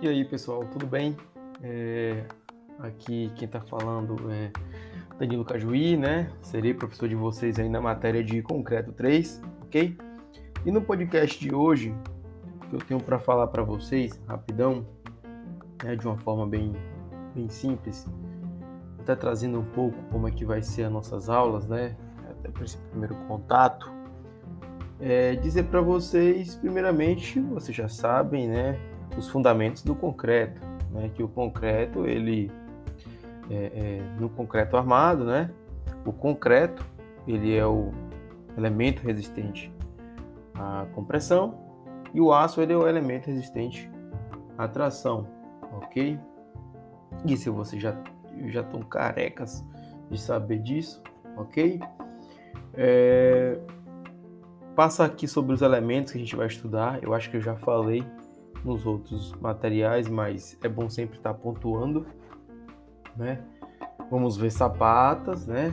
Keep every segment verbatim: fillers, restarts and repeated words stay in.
E aí, pessoal, tudo bem? É, aqui quem está falando é Danilo Cajuí, né? Serei professor de vocês aí na matéria de Concreto três, ok? E no podcast de hoje, o que eu tenho para falar para vocês, rapidão, né, de uma forma bem, bem simples, até trazendo um pouco como é que vai ser as nossas aulas, né? Até para esse primeiro contato. É dizer para vocês, primeiramente, vocês já sabem, né? Os fundamentos do concreto, né? Que o concreto, ele é, é, no concreto armado, né? O concreto, ele é o elemento resistente à compressão e o aço, ele é o elemento resistente à tração, ok? E se vocês já já estão carecas de saber disso, ok? É... Passa aqui sobre os elementos que a gente vai estudar. Eu acho que eu já falei nos outros materiais, mas é bom sempre estar pontuando, né? Vamos ver sapatas, né?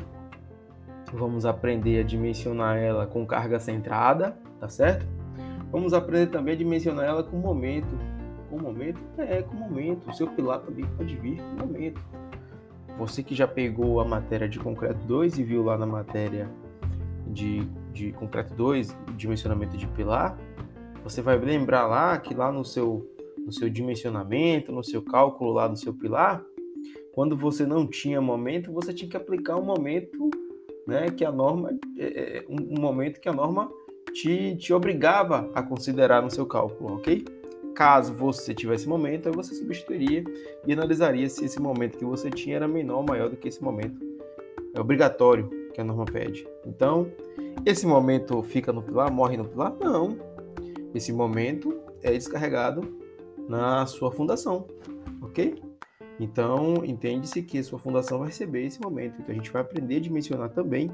Vamos aprender a dimensionar ela com carga centrada, tá certo? Vamos aprender também a dimensionar ela com momento. Com momento? É, com momento. O seu pilar também pode vir com momento. Você que já pegou a matéria de concreto dois e viu lá na matéria de, de concreto dois, dimensionamento de pilar, você vai lembrar lá que lá no seu, no seu dimensionamento, no seu cálculo lá do seu pilar, quando você não tinha momento, você tinha que aplicar um momento, né, que a norma, é, um momento que a norma te, te obrigava a considerar no seu cálculo, ok? Caso você tivesse momento, aí você substituiria e analisaria se esse momento que você tinha era menor ou maior do que esse momento. É obrigatório que a norma pede. Então, esse momento fica no pilar, morre no pilar? Não. Esse momento é descarregado na sua fundação, ok? Então, entende-se que a sua fundação vai receber esse momento. Então, a gente vai aprender a dimensionar também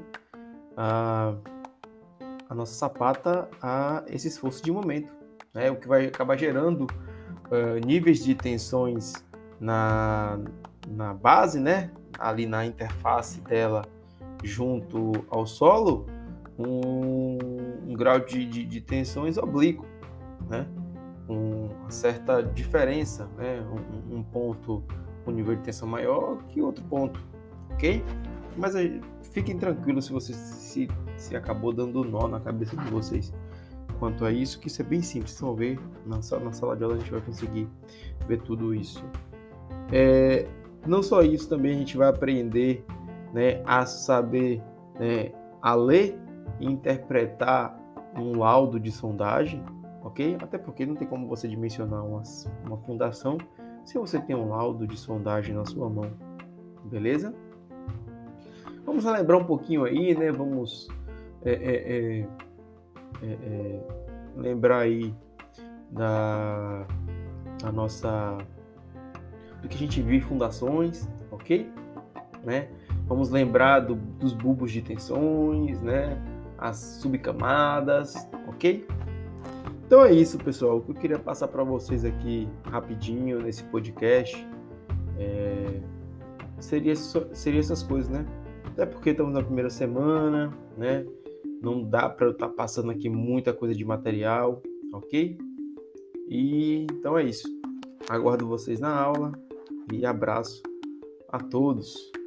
a, a nossa sapata a esse esforço de momento, né? O que vai acabar gerando uh, níveis de tensões na, na base, né? Ali na interface dela junto ao solo, um, um grau de, de, de tensões oblíquo, né? Um, uma certa diferença, né? Um, um ponto com nível de tensão maior que outro ponto, ok? Mas aí, fiquem tranquilos se você se, se acabou dando nó na cabeça de vocês quanto a isso, que isso é bem simples, vocês vão ver, na, na sala de aula a gente vai conseguir ver tudo isso. É, não só isso, também a gente vai aprender, né, a saber, né, a ler e interpretar um laudo de sondagem, ok? Até porque não tem como você dimensionar uma, uma fundação se você tem um laudo de sondagem na sua mão, beleza? Vamos relembrar um pouquinho aí, né? Vamos é, é, é, é, é, lembrar aí da, da nossa, do que a gente viu em fundações, ok? Né? Vamos lembrar do, dos bulbos de tensões, né? As subcamadas, ok? Então é isso, pessoal. O que eu queria passar para vocês aqui rapidinho nesse podcast é... seria, seria essas coisas, né? Até porque estamos na primeira semana, né? Não dá para eu estar passando aqui muita coisa de material, ok? E então é isso. Aguardo vocês na aula e abraço a todos.